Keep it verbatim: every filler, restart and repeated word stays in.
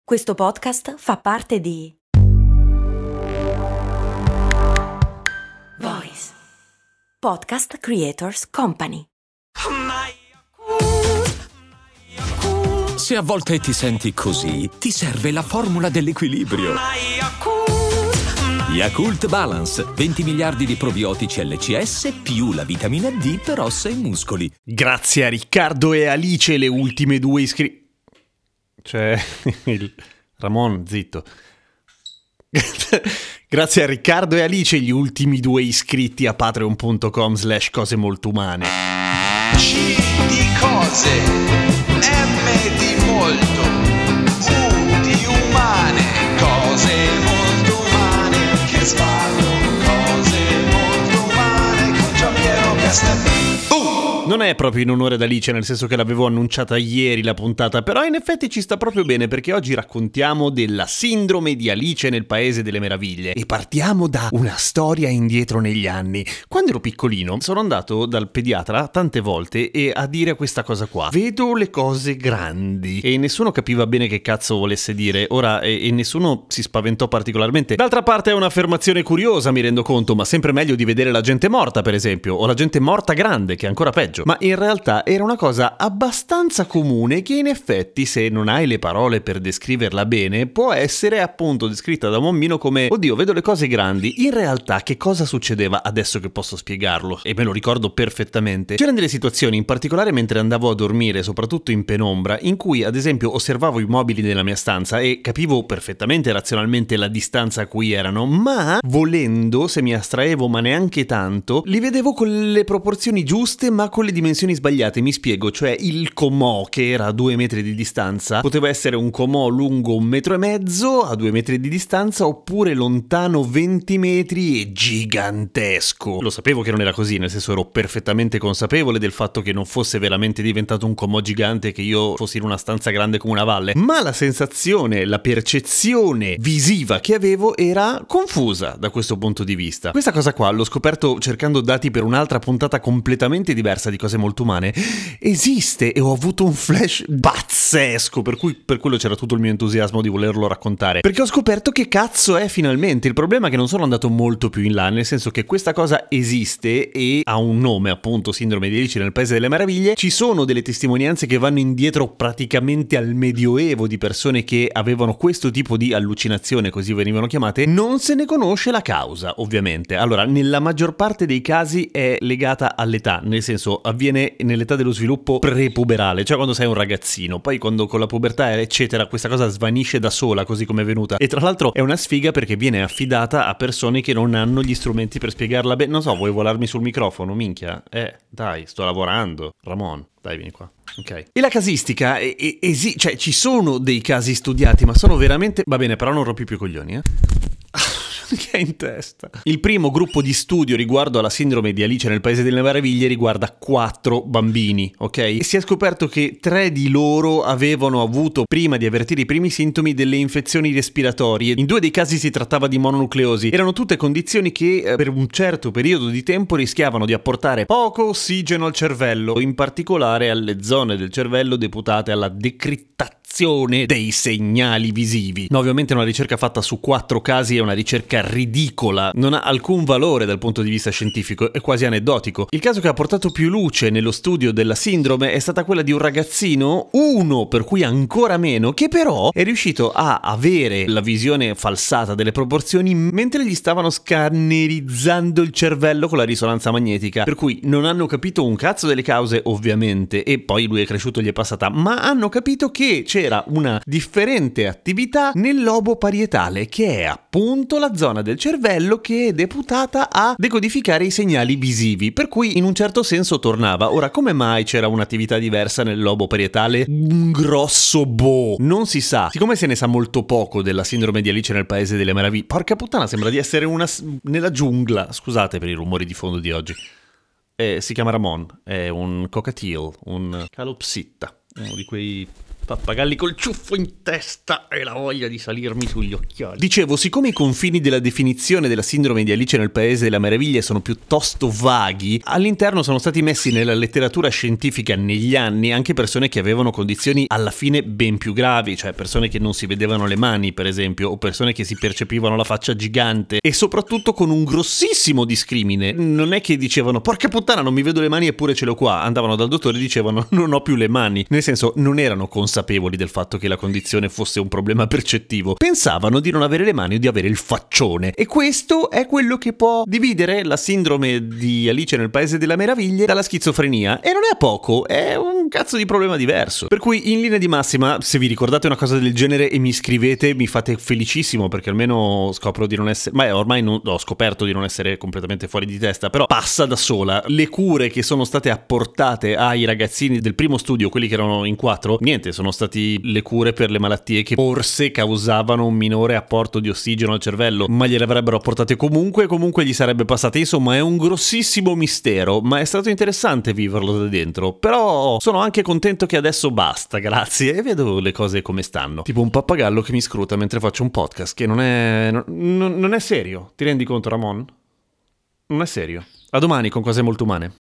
Questo podcast fa parte di Voice Podcast Creators Company. Se a volte ti senti così, ti serve la formula dell'equilibrio. Yakult Balance, venti miliardi di probiotici L C S più la vitamina D per ossa e muscoli. Grazie a Riccardo e Alice, le ultime due iscritti. Cioè, il... Ramon, zitto. Grazie a Riccardo e Alice, gli ultimi due iscritti a patreon punto com slash cose molto umane. C di cose, M di molto, U di umane, cose molto umane, che sballo, cose molto umane, con Giampiero Castel. Non è proprio in onore ad Alice, nel senso che l'avevo annunciata ieri la puntata, però in effetti ci sta proprio bene perché oggi raccontiamo della sindrome di Alice nel Paese delle Meraviglie e partiamo da una storia indietro negli anni. Quando ero piccolino sono andato dal pediatra tante volte e a dire questa cosa qua: vedo le cose grandi, e nessuno capiva bene che cazzo volesse dire. Ora e, e nessuno si spaventò particolarmente. D'altra parte è un'affermazione curiosa, mi rendo conto, ma sempre meglio di vedere la gente morta, per esempio, o la gente morta grande, che è ancora peggio. Ma in realtà era una cosa abbastanza comune che in effetti, se non hai le parole per descriverla bene, può essere appunto descritta da un bambino come: oddio, vedo le cose grandi. In realtà che cosa succedeva, adesso che posso spiegarlo e me lo ricordo perfettamente? C'erano delle situazioni, in particolare mentre andavo a dormire, soprattutto in penombra, in cui ad esempio osservavo i mobili della mia stanza e capivo perfettamente razionalmente la distanza a cui erano, ma volendo, se mi astraevo ma neanche tanto, li vedevo con le proporzioni giuste ma con le dimensioni sbagliate. Mi spiego, cioè il comò che era a due metri di distanza poteva essere un comò lungo un metro e mezzo a due metri di distanza, oppure lontano venti metri e gigantesco. Lo sapevo che non era così, nel senso ero perfettamente consapevole del fatto che non fosse veramente diventato un comò gigante, che io fossi in una stanza grande come una valle, ma la sensazione, la percezione visiva che avevo era confusa da questo punto di vista. Questa cosa qua l'ho scoperto cercando dati per un'altra puntata completamente diversa di Cose Molto Umane. Esiste, e ho avuto un flash pazzesco, per cui per quello c'era tutto il mio entusiasmo di volerlo raccontare, perché ho scoperto che cazzo è finalmente. Il problema è che non sono andato molto più in là, nel senso che questa cosa esiste e ha un nome, appunto, sindrome di Alice nel Paese delle Meraviglie. Ci sono delle testimonianze che vanno indietro praticamente al Medioevo di persone che avevano questo tipo di allucinazione, così venivano chiamate. Non se ne conosce la causa, ovviamente. Allora, nella maggior parte dei casi è legata all'età, nel senso avviene nell'età dello sviluppo prepuberale, cioè quando sei un ragazzino. Poi quando con la pubertà eccetera questa cosa svanisce da sola, così come è venuta. E tra l'altro è una sfiga perché viene affidata a persone che non hanno gli strumenti per spiegarla bene. Non so, vuoi volarmi sul microfono, minchia? Eh, dai, sto lavorando. Ramon, dai, vieni qua. Ok. E la casistica, è, è, esi- cioè ci sono dei casi studiati, ma sono veramente... Va bene, però non rompi più i coglioni, eh? Che è in testa. Il primo gruppo di studio riguardo alla sindrome di Alice nel Paese delle Meraviglie riguarda quattro bambini, ok? E si è scoperto che tre di loro avevano avuto, prima di avvertire i primi sintomi, delle infezioni respiratorie. In due dei casi si trattava di mononucleosi. Erano tutte condizioni che eh, per un certo periodo di tempo rischiavano di apportare poco ossigeno al cervello, in particolare alle zone del cervello deputate alla decrittazione dei segnali visivi. No, ovviamente una ricerca fatta su quattro casi è una ricerca ridicola, non ha alcun valore dal punto di vista scientifico, è quasi aneddotico. Il caso che ha portato più luce nello studio della sindrome è stata quella di un ragazzino, uno per cui ancora meno, che però è riuscito a avere la visione falsata delle proporzioni mentre gli stavano scannerizzando il cervello con la risonanza magnetica, per cui non hanno capito un cazzo delle cause, ovviamente, e poi lui è cresciuto e gli è passata, ma hanno capito che c'era una differente attività nel lobo parietale, che è appunto la zona del cervello che è deputata a decodificare i segnali visivi, per cui in un certo senso tornava. Ora, come mai c'era un'attività diversa nel lobo parietale? Un grosso boh, non si sa. Siccome se ne sa molto poco della sindrome di Alice nel Paese delle Meraviglie, porca puttana, sembra di essere una nella giungla, scusate per i rumori di fondo di oggi. Eh, si chiama Ramon, è un cockatiel, un calopsitta, uno di quei Pappagalli col ciuffo in testa e la voglia di salirmi sugli occhiali. Dicevo, siccome i confini della definizione della sindrome di Alice nel Paese delle Meraviglie sono piuttosto vaghi, all'interno sono stati messi nella letteratura scientifica negli anni anche persone che avevano condizioni alla fine ben più gravi, cioè persone che non si vedevano le mani, per esempio, o persone che si percepivano la faccia gigante, e soprattutto con un grossissimo discrimine. Non è che dicevano porca puttana non mi vedo le mani eppure ce l'ho qua, andavano dal dottore e dicevano non ho più le mani, nel senso non erano consapevoli del fatto che la condizione fosse un problema percettivo, pensavano di non avere le mani o di avere il faccione, e questo è quello che può dividere la sindrome di Alice nel Paese delle Meraviglie dalla schizofrenia, e non è a poco, è un cazzo di problema diverso. Per cui in linea di massima, se vi ricordate una cosa del genere e mi scrivete, mi fate felicissimo, perché almeno scopro di non essere, ma ormai non, ho scoperto di non essere completamente fuori di testa, però passa da sola. Le cure che sono state apportate ai ragazzini del primo studio, quelli che erano in quattro, niente, sono stati le cure per le malattie che forse causavano un minore apporto di ossigeno al cervello, ma gliele avrebbero apportate comunque, comunque gli sarebbe passate. Insomma, è un grossissimo mistero, ma è stato interessante viverlo da dentro. Però sono anche contento che adesso basta, grazie, e vedo le cose come stanno. Tipo un pappagallo che mi scruta mentre faccio un podcast, che non è non, non è serio. Ti rendi conto, Ramon? Non è serio. A domani con cose molto umane.